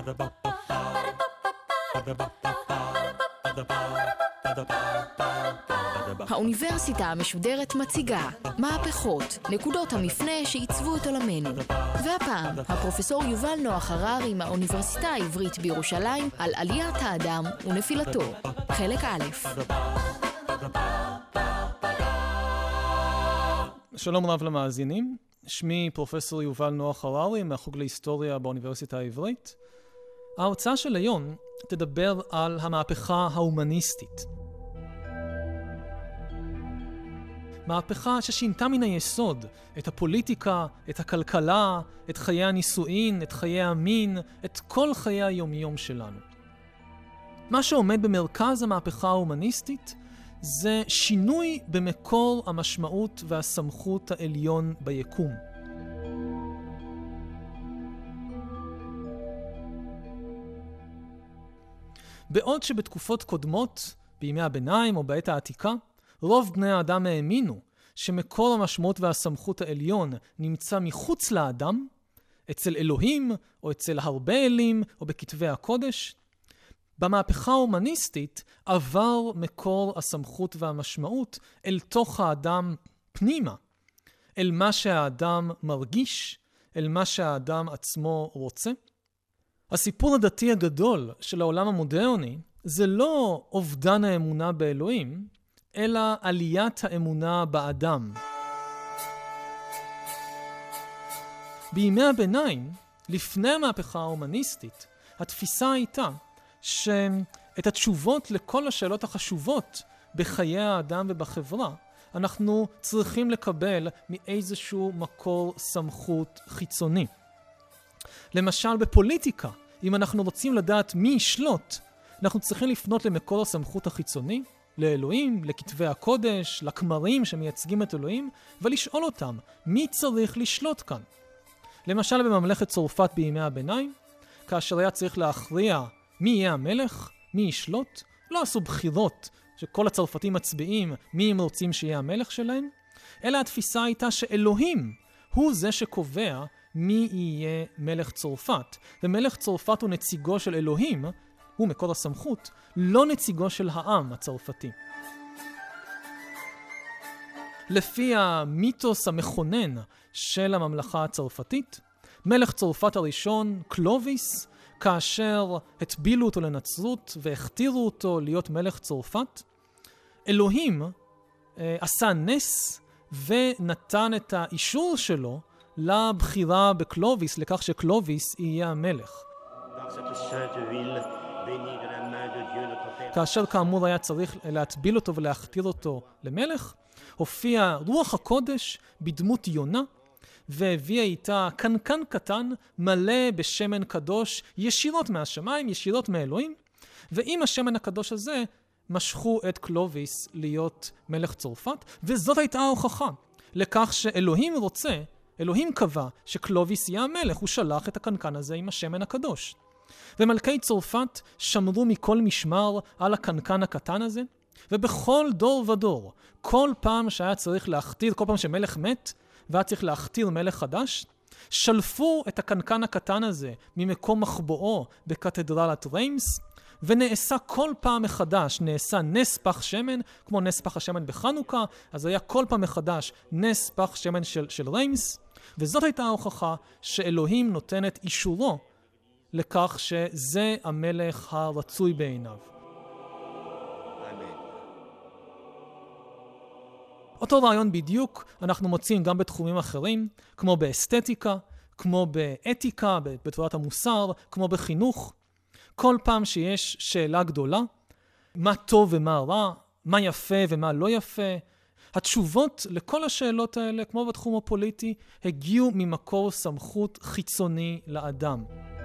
האוניברסיטה המשודרת מציגה מהפכות, נקודות המפנה שעיצבו את עולמנו. והפעם, הפרופסור יובל נוח הררי מהאוניברסיטה העברית בירושלים על עליית האדם ונפילתו. חלק א'. שלום רב למאזינים, שמי פרופסור יובל נוח הררי מהחוג להיסטוריה באוניברסיטה העברית. ההרצאה של היום תדבר על המהפכה ההומניסטית. מהפכה ששינתה מן היסוד את הפוליטיקה, את הכלכלה, את חיי הנישואין, את חיי המין, את כל חיי היומיום שלנו. מה שעומד במרכז המהפכה ההומניסטית זה שינוי במקור המשמעות והסמכות העליון ביקום. בעוד שבתקופות קודמות, בימי הביניים או בעת העתיקה, רוב בני האדם האמינו שמקור המשמעות והסמכות העליון נמצא מחוץ לאדם, אצל אלוהים או אצל הרבה אלים או בכתבי הקודש, במהפכה ההומניסטית עבר מקור הסמכות והמשמעות אל תוך האדם פנימה, אל מה שהאדם מרגיש, אל מה שהאדם עצמו רוצה. הסיפור הדתי הגדול של העולם המודרני זה לא אובדן האמונה באלוהים, אלא עליית האמונה באדם. בימי הביניים, לפני המהפכה ההומניסטית, התפיסה הייתה שאת התשובות לכל השאלות החשובות בחיי האדם ובחברה, אנחנו צריכים לקבל מאיזשהו מקור סמכות חיצוני. למשל בפוליטיקה, אם אנחנו רוצים לדעת מי ישלוט, אנחנו צריכים לפנות למקור הסמכות החיצוני, לאלוהים, לכתבי הקודש, לכמרים שמייצגים את אלוהים, ולשאול אותם, מי צריך לשלוט כאן? למשל בממלכת צרפת בימי הביניים, כאשר היה צריך להכריע מי יהיה המלך, מי ישלוט, לא עשו בחירות שכל הצרפתים מצביעים מי הם רוצים שיהיה המלך שלהם, אלא התפיסה הייתה שאלוהים הוא זה שקובע מי יהיה מלך צרפת. ומלך צרפת הוא נציגו של אלוהים, הוא מקור הסמכות, לא נציגו של העם הצרפתי. לפי המיתוס המכונן של הממלכה הצרפתית, מלך צרפת הראשון, קלוביס, כאשר הטבילו אותו לנצרות והכתירו אותו להיות מלך צרפת, אלוהים עשה נס ונתן את האישור שלו לבחירה בקלוביס, לכך שקלוביס יהיה המלך. כאשר כאמור היה צריך להטביל אותו ולהכתיר אותו למלך, הופיע רוח הקודש בדמות יונה, והביאה איתה קנקן קטן מלא בשמן קדוש ישירות מהשמיים, ישירות מאלוהים, ועם השמן הקדוש הזה משכו את קלוביס להיות מלך צרפת, וזאת הייתה ההוכחה לכך שאלוהים רוצה, אלוהים קבע שקלוביס יהיה המלך, הוא שלח את הקנקן הזה עם השמן הקדוש. ומלכי צרפת שמרו מכל משמר על הקנקן הקטן הזה, ובכל דור ודור, כל פעם שהיה צריך להכתיר, כל פעם שמלך מת, והיה צריך להכתיר מלך חדש, שלפו את הקנקן הקטן הזה ממקום מחבואו בקתדרלת ריימס, ונעשה כל פעם מחדש, נעשה נס פח שמן, כמו נס פח השמן בחנוכה, אז היה כל פעם מחדש נס פח שמן של ריימס, וזאת הייתה ההוכחה שאלוהים נותן את אישורו לכך שזה המלך הרצוי בעיניו. אותו רעיון בדיוק אנחנו מוצאים גם בתחומים אחרים, כמו באסתטיקה, כמו באתיקה, בתורת המוסר, כמו בחינוך. כל פעם שיש שאלה גדולה, מה טוב ומה רע, מה יפה ומה לא יפה, התשובות לכל השאלות האלה, כמו בתחום הפוליטי, הגיעו ממקור סמכות חיצוני לאדם.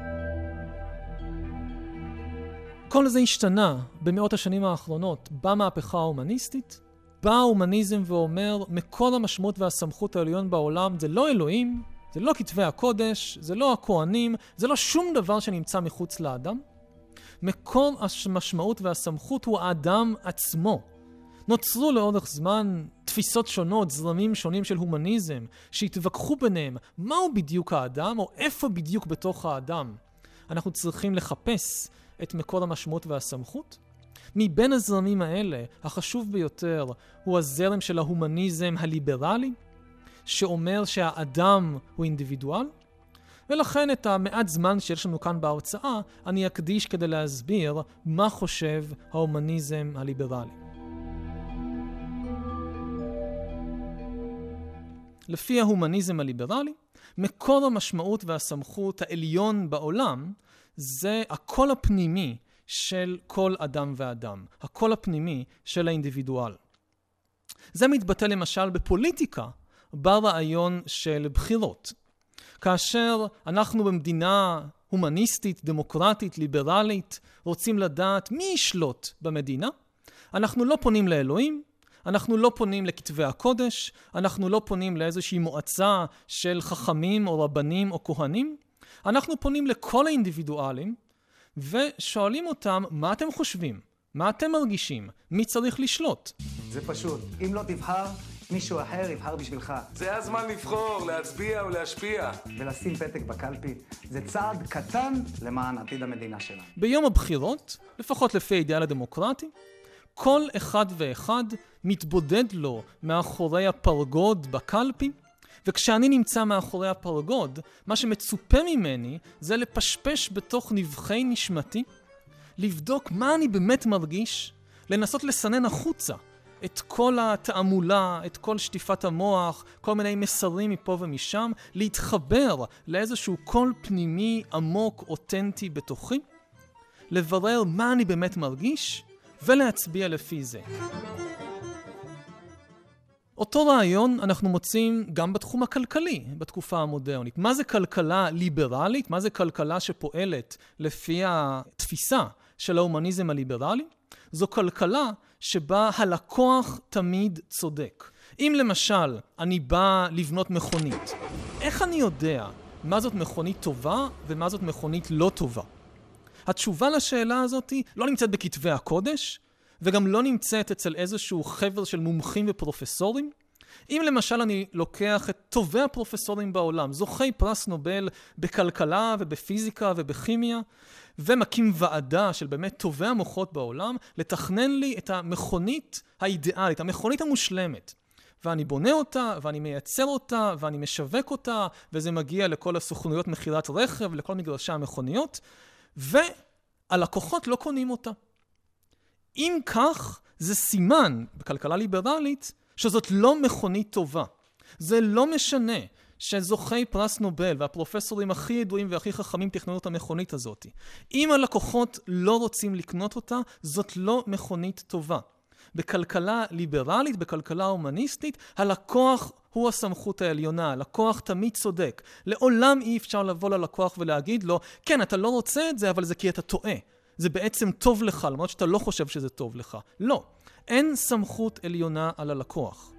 כל זה השתנה במאות השנים האחרונות במהפכה ההומניסטית. בא ההומניזם ואומר, מקור המשמעות והסמכות העליון בעולם זה לא אלוהים, זה לא כתבי הקודש, זה לא הכהנים, זה לא שום דבר שנמצא מחוץ לאדם. מקור המשמעות והסמכות הוא האדם עצמו. נוצרו לאורך זמן תפיסות שונות, זרמים שונים של הומניזם, שהתווכחו ביניהם מהו בדיוק האדם או איפה בדיוק בתוך האדם אנחנו צריכים לחפש את מקור המשמעות והסמכות? מבין הזרמים האלה, החשוב ביותר הוא הזרם של ההומניזם הליברלי, שאומר שהאדם הוא אינדיבידואל, ולכן את המעט זמן שיש לנו כאן בהרצאה, אני אקדיש כדי להסביר מה חושב ההומניזם הליברלי. לפי ההומניזם הליברלי, מקור המשמעות והסמכות העליון בעולם זה הקול הפנימי של כל אדם ואדם, הקול הפנימי של האינדיבידואל. זה מתבטא למשל בפוליטיקה, ברעיון של בחירות. כאשר אנחנו במדינה הומניסטית, דמוקרטית, ליברלית, רוצים לדעת מי ישלוט במדינה, אנחנו לא פונים לאלוהים, אנחנו לא פונים לכתבי הקודש, אנחנו לא פונים לאיזושהי מועצה של חכמים או רבנים או כהנים, אנחנו פונים לכל האינדיבידואלים ושואלים אותם מה אתם חושבים, מה אתם מרגישים, מי צריך לשלוט. זה פשוט, אם לא תבחר, מישהו אחר יבחר בשבילך. זה הזמן לבחור, להצביע ולהשפיע. ולשים פתק בקלפי, זה צעד קטן למען עתיד המדינה שלנו. ביום הבחירות, לפחות לפי האידיאל הדמוקרטי, כל אחד ואחד מתבודד לו מאחורי הפרגוד בקלפי, וכשאני נמצא מאחורי הפרגוד, מה שמצופה ממני זה לפשפש בתוך נבחי נשמתי, לבדוק מה אני באמת מרגיש, לנסות לסנן החוצה את כל התעמולה, את כל שטיפת המוח, כל מיני מסרים מפה ומשם, להתחבר לאיזשהו קול פנימי עמוק, אותנטי בתוכי, לברר מה אני באמת מרגיש, ולהצביע לפי זה. אותו רעיון אנחנו מוצאים גם בתחום הכלכלי, בתקופה המודרנית. מה זה כלכלה ליברלית? מה זה כלכלה שפועלת לפי התפיסה של ההומניזם הליברלי? זו כלכלה שבה הלקוח תמיד צודק. אם למשל אני בא לבנות מכונית, איך אני יודע מה זאת מכונית טובה ומה זאת מכונית לא טובה? התשובה לשאלה הזאת לא נמצאת בכתבי הקודש, וגם לא נמצאת אצל איזשהו חבר של מומחים ופרופסורים. אם למשל אני לוקח את טובי הפרופסורים בעולם, זוכי פרס נובל בכלכלה ובפיזיקה ובכימיה, ומקים ועדה של באמת טובי המוחות בעולם, לתכנן לי את המכונית האידיאלית, המכונית המושלמת. ואני בונה אותה, ואני מייצר אותה, ואני משווק אותה, וזה מגיע לכל הסוכנויות מחירת רכב, לכל מגרשי המכוניות, והלקוחות לא קונים אותה. אם כך, זה סימן בכלכלה ליברלית שזאת לא מכונית טובה. זה לא משנה שזוכי פרס נובל והפרופסורים הכי ידועים והכי חכמים תכננו את המכונית הזאת. אם הלקוחות לא רוצים לקנות אותה, זאת לא מכונית טובה. בכלכלה ליברלית, בכלכלה הומניסטית, הלקוח הוא הסמכות העליונה, הלקוח תמיד צודק. לעולם אי אפשר לבוא ללקוח ולהגיד לו, כן, אתה לא רוצה את זה, אבל זה כי אתה טועה. זה בעצם טוב לך, למרות שאתה לא חושב שזה טוב לך. לא, אין סמכות עליונה על הלקוח.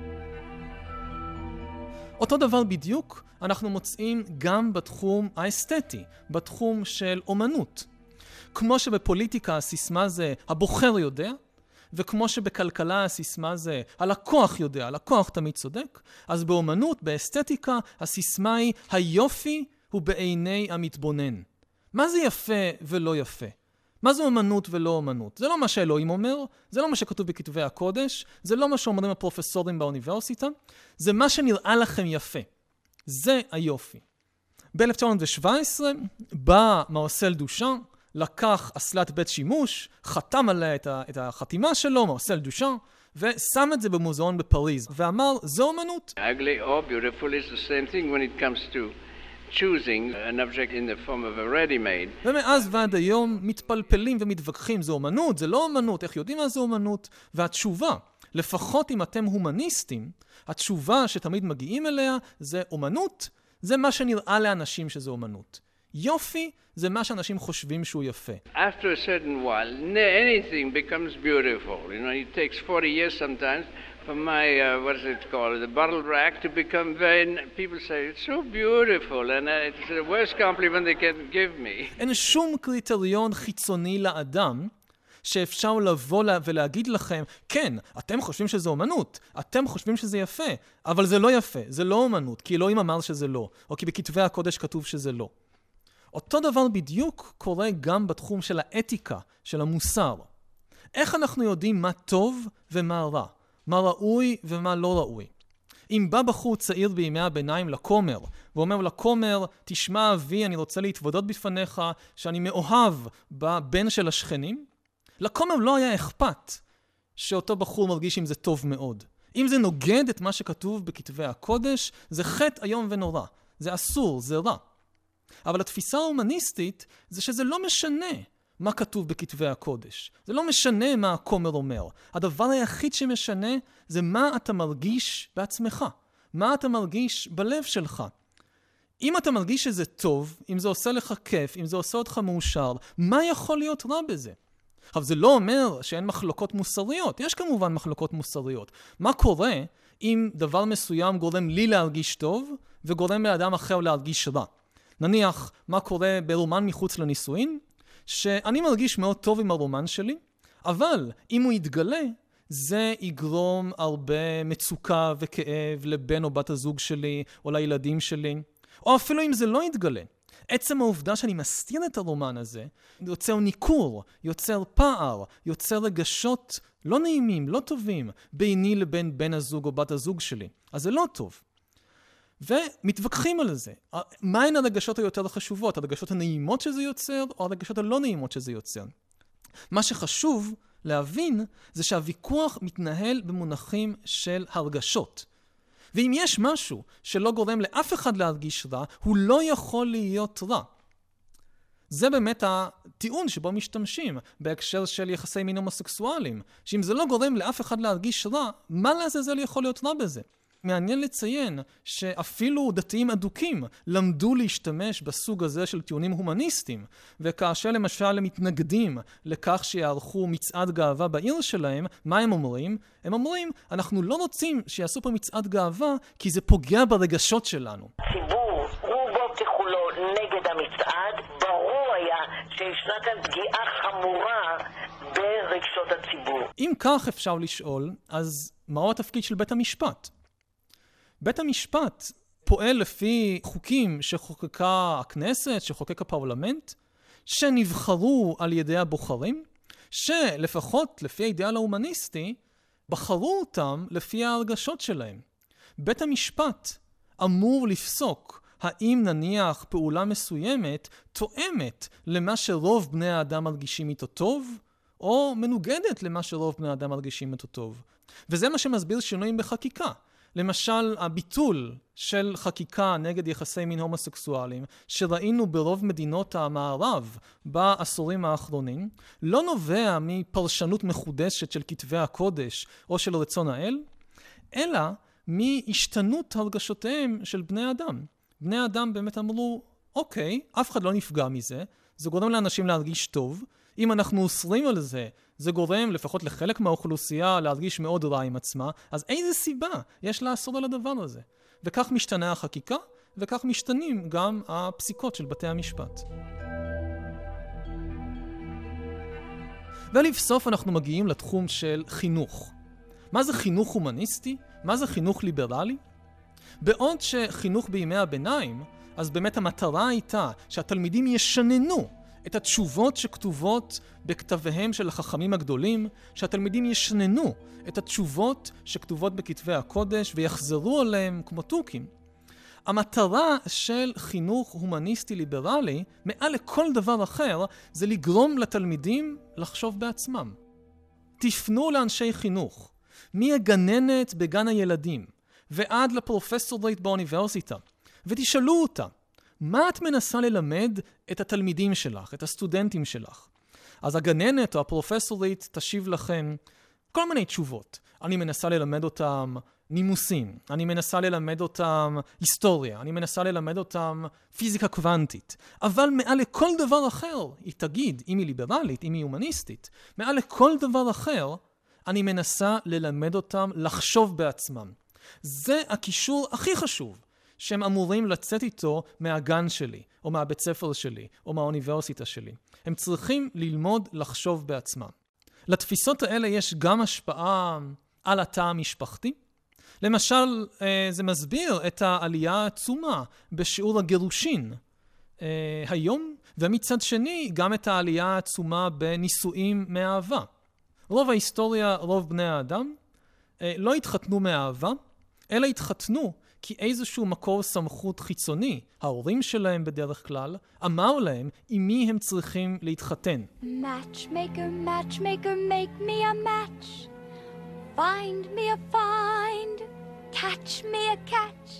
אותו דבר בדיוק אנחנו מוצאים גם בתחום האסתטי, בתחום של אומנות. כמו שבפוליטיקה הסיסמה זה הבוחר יודע, וכמו שבכלכלה הסיסמה זה הלקוח יודע, הלקוח תמיד צודק, אז באומנות, באסתטיקה, הסיסמה היא היופי הוא בעיני המתבונן. מה זה יפה ולא יפה? מה זה אומנות ולא אומנות? זה לא מה שאלוהים אומר, זה לא מה שכתוב בכתבי הקודש, זה לא מה שאומרים הפרופסורים באוניברסיטה, זה מה שנראה לכם יפה. זה היופי. ב-1917 בא מרסל דושן, לקח אסלת בית שימוש, חתם עליה את החתימה שלו, מרסל דושן, ושם את זה במוזיאון בפריז, ואמר, זו אומנות. Ugly or beautiful is the same thing when it comes to choosing an object in the form of a ready-made. ומאז ועד היום מתפלפלים ומתווכחים, זו אומנות, זה לא אומנות, איך יודעים מה זה אומנות? והתשובה, לפחות אם אתם הומניסטים, התשובה שתמיד מגיעים אליה זה אומנות, זה מה שנראה לאנשים שזה אומנות. יופי זה מה שאנשים חושבים שהוא יפה. After a certain while, anything becomes beautiful. You know, it takes 40 years sometimes for my, what is it called, the bottle rack to become very, people say, it's so beautiful, and it's the worst compliment they can give me. אין שום קריטריון חיצוני לאדם שאפשר לבוא ולהגיד לכם, כן, אתם חושבים שזה אומנות, אתם חושבים שזה יפה, אבל זה לא יפה, זה לא אומנות, כי אלוהים אמר שזה לא, או כי בכתבי הקודש כתוב שזה לא. אותו דבר בדיוק קורה גם בתחום של האתיקה, של המוסר. איך אנחנו יודעים מה טוב ומה רע, מה ראוי ומה לא ראוי? אם בא בחור צעיר בימי הביניים לכומר, ואומר לכומר, תשמע אבי, אני רוצה להתוודות בפניך שאני מאוהב בבן של השכנים, לכומר לא היה אכפת שאותו בחור מרגיש אם זה טוב מאוד. אם זה נוגד את מה שכתוב בכתבי הקודש, זה חטא איום ונורא. זה אסור, זה רע. אבל התפיסה ההומניסטית זה שזה לא משנה מה כתוב בכתבי הקודש. זה לא משנה מה הכומר אומר. הדבר היחיד שמשנה זה מה אתה מרגיש בעצמך. מה אתה מרגיש בלב שלך. אם אתה מרגיש שזה טוב, אם זה עושה לך כיף, אם זה עושה אותך מאושר, מה יכול להיות רע בזה? אבל זה לא אומר שאין מחלוקות מוסריות. יש כמובן מחלוקות מוסריות. מה קורה אם דבר מסוים גורם לי להרגיש טוב וגורם לאדם אחר להרגיש רע? נניח, מה קורה ברומן מחוץ לנישואין? שאני מרגיש מאוד טוב עם הרומן שלי, אבל אם הוא יתגלה, זה יגרום הרבה מצוקה וכאב לבן או בת הזוג שלי או לילדים שלי. או אפילו אם זה לא יתגלה. עצם העובדה שאני מסתיר את הרומן הזה, יוצר ניכור, יוצר פער, יוצר רגשות לא נעימים, לא טובים, ביני לבין בן הזוג או בת הזוג שלי. אז זה לא טוב. ומתווכחים על זה. מהן הרגשות היותר חשובות? הרגשות הנעימות שזה יוצר, או הרגשות הלא נעימות שזה יוצר? מה שחשוב להבין, זה שהוויכוח מתנהל במונחים של הרגשות. ואם יש משהו שלא גורם לאף אחד להרגיש רע, הוא לא יכול להיות רע. זה באמת הטיעון שבו משתמשים בהקשר של יחסי מין הומוסקסואליים. שאם זה לא גורם לאף אחד להרגיש רע, מה לעזאזל יכול להיות רע בזה? מעניין לציין שאפילו דתיים אדוקים למדו להשתמש בסוג הזה של טיעונים הומניסטיים, וכאשר למשל הם מתנגדים לכך שיערכו מצעד גאווה בעיר שלהם, מה הם אומרים? הם אומרים, אנחנו לא רוצים שיעשו פה מצעד גאווה כי זה פוגע ברגשות שלנו. ציבור, רובו ככולו נגד המצעד, ברור היה שישנה כאן פגיעה חמורה ברגשות הציבור. אם כך אפשר לשאול, אז מהו התפקיד של בית המשפט? בית המשפט פועל לפי חוקים שחוקקה הכנסת, שחוקק הפרלמנט, שנבחרו על ידי הבוחרים, שלפחות לפי האידיאל ההומניסטי, בחרו אותם לפי ההרגשות שלהם. בית המשפט אמור לפסוק האם נניח פעולה מסוימת תואמת למה שרוב בני האדם מרגישים איתו טוב, או מנוגדת למה שרוב בני האדם מרגישים איתו טוב. וזה מה שמסביר שינויים בחקיקה. למשל, הביטול של חקיקה נגד יחסי מין הומוסקסואליים, שראינו ברוב מדינות המערב בעשורים האחרונים, לא נובע מפרשנות מחודשת של כתבי הקודש או של רצון האל, אלא מהשתנות הרגשותיהם של בני אדם. בני אדם באמת אמרו, אוקיי, אף אחד לא נפגע מזה, זה גורם לאנשים להרגיש טוב, אם אנחנו אוסרים על זה, זה גורם לפחות לחלק מהאוכלוסייה להרגיש מאוד רע עם עצמה, אז איזה סיבה יש לאסור על הדבר הזה? וכך משתנה החקיקה, וכך משתנים גם הפסיקות של בתי המשפט. ולבסוף אנחנו מגיעים לתחום של חינוך. מה זה חינוך הומניסטי? מה זה חינוך ליברלי? בעוד שחינוך בימי הביניים, אז באמת המטרה הייתה שהתלמידים ישננו את התשובות שכתובות בכתביהם של החכמים הגדולים, שהתלמידים ישננו את התשובות שכתובות בכתבי הקודש ויחזרו עליהם כמו תוכים. המטרה של חינוך הומניסטי ליברלי, מעל לכל דבר אחר, זה לגרום לתלמידים לחשוב בעצמם. תפנו לאנשי חינוך, מהגננת בגן הילדים ועד לפרופסורית באוניברסיטה, ותשאלו אותה, מה את מנסה ללמד את התלמידים שלך, את הסטודנטים שלך? אז הגננת או הפרופסורית תשיב לכם כל מיני תשובות. אני מנסה ללמד אותם נימוסים, אני מנסה ללמד אותם היסטוריה, אני מנסה ללמד אותם פיזיקה קוונטית. אבל מעל לכל דבר אחר, היא תגיד, אם היא ליברלית, אם היא הומניסטית, מעל לכל דבר אחר, אני מנסה ללמד אותם לחשוב בעצמם. זה הקישור הכי חשוב. שהם אמורים לצאת איתו מהגן שלי, או מהבית ספר שלי, או מהאוניברסיטה שלי. הם צריכים ללמוד לחשוב בעצמם. לתפיסות האלה יש גם השפעה על התא המשפחתי. למשל, זה מסביר את העלייה העצומה בשיעור הגירושין היום, ומצד שני גם את העלייה העצומה בנישואים מאהבה. רוב ההיסטוריה, רוב בני האדם, לא התחתנו מאהבה, אלא התחתנו כי איזשהו מקור סמכות חיצוני, ההורים שלהם בדרך כלל, אמר להם עם מי הם צריכים להתחתן. Matchmaker, matchmaker, make me a match. Find me a find, catch me a catch.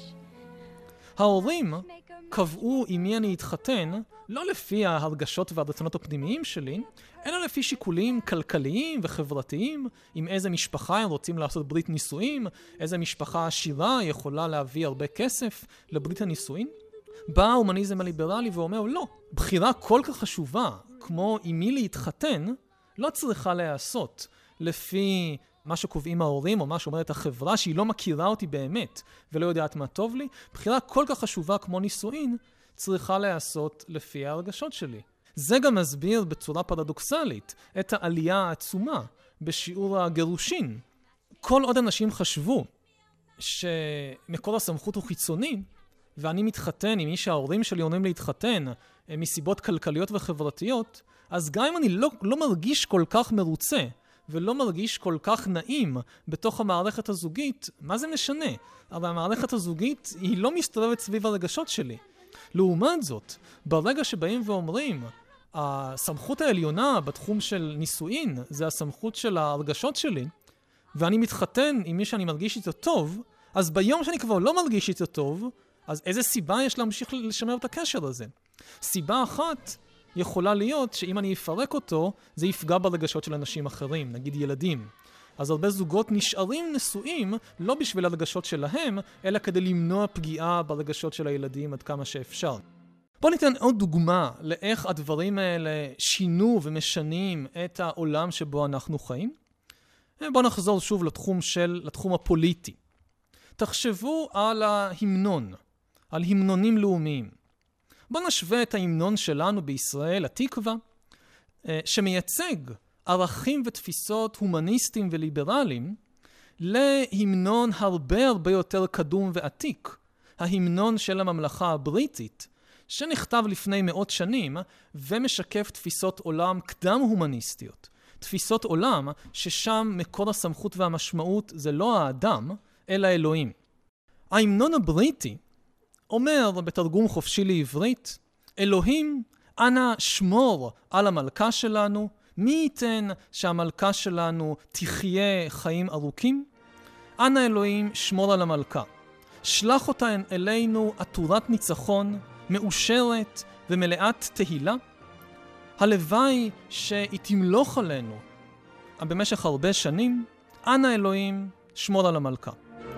ההורים קבעו עם מי אני אתחתן, לא לפי ההרגשות והרצונות הפנימיים שלי, אלא לפי שיקולים כלכליים וחברתיים, עם איזה משפחה הם רוצים לעשות ברית נישואים, איזה משפחה עשירה יכולה להביא הרבה כסף לברית הנישואים. בא ההומניזם הליברלי ואומר, לא, בחירה כל כך חשובה, כמו עם מי להתחתן, לא צריכה להיעשות לפי מה שקובעים ההורים או מה שאומרת החברה שהיא לא מכירה אותי באמת ולא יודעת מה טוב לי. בחירה כל כך חשובה כמו נישואין צריכה להיעשות לפי ההרגשות שלי. זה גם מסביר בצורה פרדוקסלית את העלייה העצומה בשיעור הגירושין. כל עוד אנשים חשבו שמקור הסמכות הוא חיצוני, ואני מתחתן עם מי שההורים שלי אומרים להתחתן מסיבות כלכליות וחברתיות, אז גם אם אני לא מרגיש כל כך מרוצה, ולא מרגיש כל כך נעים בתוך המערכת הזוגית, מה זה משנה? אבל המערכת הזוגית היא לא מסתובבת סביב הרגשות שלי. לעומת זאת, ברגע שבאים ואומרים, הסמכות העליונה בתחום של נישואין זה הסמכות של ההרגשות שלי, ואני מתחתן עם מי שאני מרגיש איתו טוב, אז ביום שאני כבר לא מרגיש איתו טוב, אז איזה סיבה יש להמשיך לשמר את הקשר הזה? סיבה אחת יכולה להיות שאם אני אפרק אותו, זה יפגע ברגשות של אנשים אחרים, נגיד ילדים. אז הרבה זוגות נשארים נשואים לא בשביל הרגשות שלהם, אלא כדי למנוע פגיעה ברגשות של הילדים עד כמה שאפשר. בואו ניתן עוד דוגמה לאיך הדברים האלה שינו ומשנים את העולם שבו אנחנו חיים. בואו נחזור שוב לתחום הפוליטי. תחשבו על ההמנון, על המנונים לאומיים. בואו נשווה את ההמנון שלנו בישראל, התקווה, שמייצג ערכים ותפיסות הומניסטיים וליברליים, להמנון הרבה הרבה יותר קדום ועתיק, ההמנון של הממלכה הבריטית, שנכתב לפני מאות שנים ומשקף תפיסות עולם קדם הומניסטיות. תפיסות עולם ששם מקור הסמכות והמשמעות זה לא האדם, אלא אלוהים. ההמנון הבריטי אומר בתרגום חופשי לעברית, אלוהים, אנא שמור על המלכה שלנו, מי ייתן שהמלכה שלנו תחיה חיים ארוכים? אנא אלוהים, שמור על המלכה. שלח אותה אלינו עטורת ניצחון, מאושרת ומלאת תהילה. הלוואי שהיא תמלוך עלינו במשך הרבה שנים. אנא אלוהים, שמור על המלכה.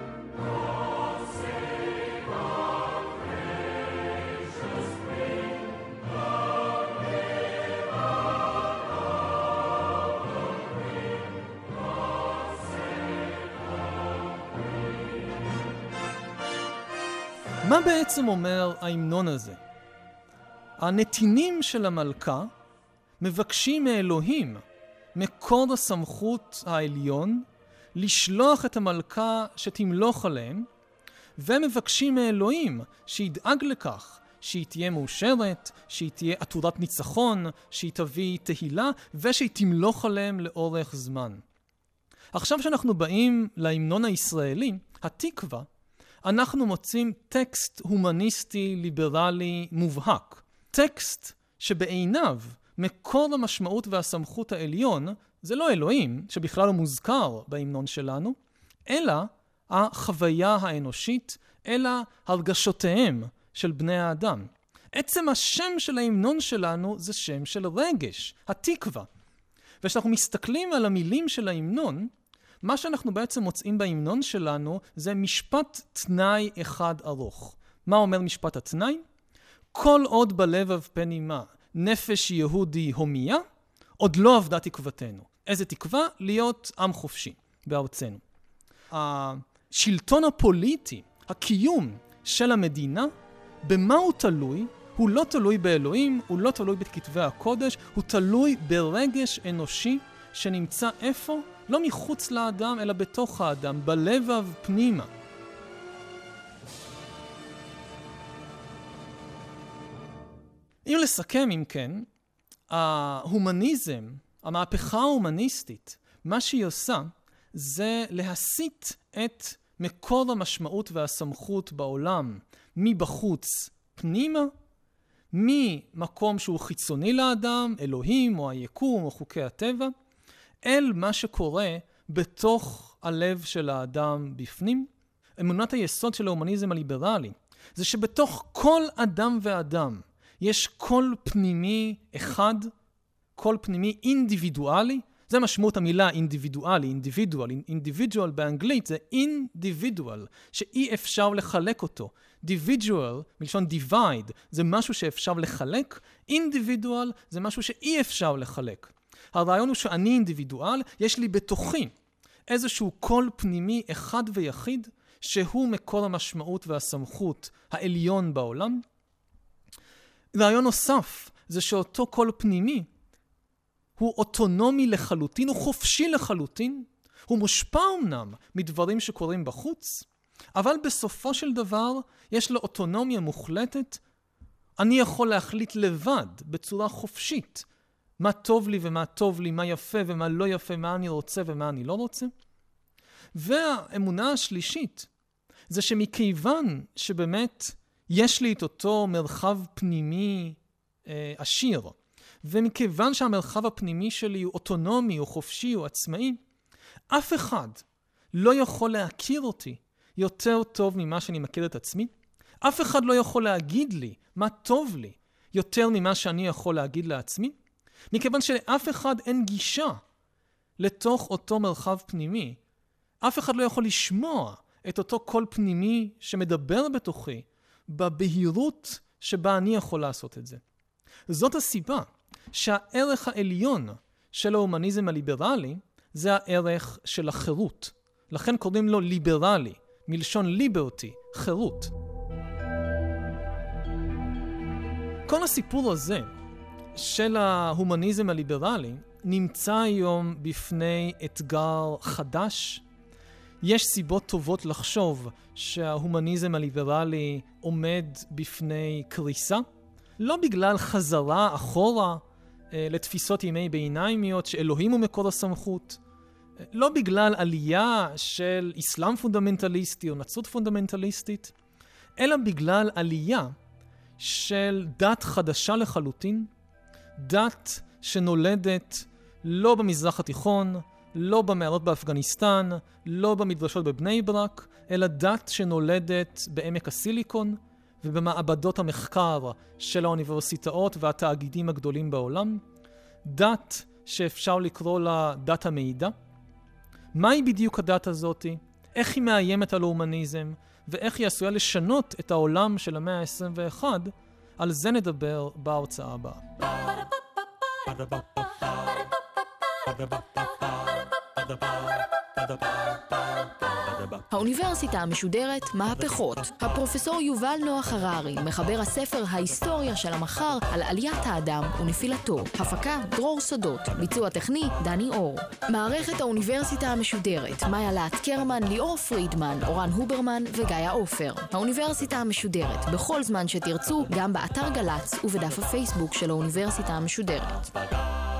מה בעצם אומר ההמנון הזה? הנתינים של המלכה מבקשים מאלוהים, מקור הסמכות העליון, לשלוח את המלכה שתמלוך עליהם, ומבקשים מאלוהים שידאג לכך שהיא תהיה מאושרת, שהיא תהיה עטורת ניצחון, שהיא תביא תהילה, ושהיא תמלוך עליהם לאורך זמן. עכשיו שאנחנו באים להמנון הישראלי, התקווה, אנחנו מוצאים טקסט הומניסטי ליברלי מובהק. טקסט שבעיניו מקור המשמעות והסמכות העליון זה לא אלוהים, שבכלל לא מוזכר בהמנון שלנו, אלא החוויה האנושית, אלא הרגשותיהם של בני האדם. עצם השם של ההמנון שלנו זה שם של רגש, התקווה. וכשאנחנו מסתכלים על המילים של ההמנון, מה שאנחנו בעצם מוצאים בהמנון שלנו זה משפט תנאי אחד ארוך. מה אומר משפט התנאי? כל עוד בלבב פן אימה נפש יהודי הומיה, עוד לא עבדה תקוותנו. איזה תקווה? להיות עם חופשי בארצנו. השלטון הפוליטי, הקיום של המדינה, במה הוא תלוי? הוא לא תלוי באלוהים, הוא לא תלוי בכתבי הקודש, הוא תלוי ברגש אנושי שנמצא איפה? לא מחוץ לאדם, אלא בתוך האדם, בלבב פנימה. אם לסכם, אם כן, ההומניזם, המהפכה ההומניסטית, מה שהיא עושה זה להסיט את מקור המשמעות והסמכות בעולם מבחוץ פנימה, ממקום שהוא חיצוני לאדם, אלוהים או היקום או חוקי הטבע, אל מה שקורה בתוך הלב של האדם בפנים. אמונת היסוד של ההומניזם הליברלי זה שבתוך כל אדם ואדם יש קול פנימי אחד, קול פנימי אינדיבידואלי. זה משמעות המילה אינדיבידואלי, individual באנגלית זה individual, שאי אפשר לחלק אותו. individual, מלשון divide, זה משהו שאפשר לחלק, individual זה משהו שאי אפשר לחלק. הרעיון הוא שאני אינדיבידואל, יש לי בתוכי איזשהו קול פנימי אחד ויחיד, שהוא מקור המשמעות והסמכות העליון בעולם. רעיון נוסף זה שאותו קול פנימי הוא אוטונומי לחלוטין, הוא חופשי לחלוטין, הוא מושפע אמנם מדברים שקורים בחוץ, אבל בסופו של דבר יש לו אוטונומיה מוחלטת. אני יכול להחליט לבד, בצורה חופשית, מה טוב לי ומה טוב לי, מה יפה ומה לא יפה, מה אני רוצה ומה אני לא רוצה. והאמונה השלישית זה שמכיוון שבאמת יש לי את אותו מרחב פנימי עשיר, ומכיוון שהמרחב הפנימי שלי הוא אוטונומי, הוא חופשי, הוא עצמאי, אף אחד לא יכול להכיר אותי יותר טוב ממה שאני מכיר את עצמי. אף אחד לא יכול להגיד לי מה טוב לי יותר ממה שאני יכול להגיד לעצמי, מכיוון שלאף אחד אין גישה לתוך אותו מרחב פנימי. אף אחד לא יכול לשמוע את אותו קול פנימי שמדבר בתוכי בבהירות שבה אני יכול לעשות את זה. זאת הסיבה שהערך העליון של ההומניזם הליברלי זה הערך של החירות. לכן קוראים לו ליברלי, מלשון ליברטי, חירות. כל הסיפור הזה של ההומניזם הליברלי נמצא היום בפני אתגר חדש. יש סיבות טובות לחשוב שההומניזם הליברלי עומד בפני קריסה, לא בגלל חזרה אחורה לתפיסות ימי ביניימיות שאלוהים הוא מקור הסמכות, לא בגלל עלייה של אסלאם פונדמנטליסטי או נצרות פונדמנטליסטית, אלא בגלל עלייה של דת חדשה לחלוטין, דת שנולדת לא במזרח התיכון, לא במערות באפגניסטן, לא במדרשות בבני ברק, אלא דת שנולדת בעמק הסיליקון ובמעבדות המחקר של האוניברסיטאות והתאגידים הגדולים בעולם. דת שאפשר לקרוא לה דת המידע. מהי בדיוק הדת הזאת? איך היא מאיימת על ההומניזם? ואיך היא עשויה לשנות את העולם של המאה ה-21? על זה נדבר בהרצאה הבאה. האוניברסיטה המשודרת מהפכות. הפרופסור יובל נוח הררי, מחבר הספר ההיסטוריה של המחר על עליית האדם ונפילתו. הפקה דרור סודות, ביצוע טכני דני אור. מערכת האוניברסיטה המשודרת, מאיה להט קרמן, ליאור פרידמן, אורן הוברמן וגיא עופר. האוניברסיטה המשודרת, בכל זמן שתרצו, גם באתר גלץ ובדף הפייסבוק של האוניברסיטה המשודרת.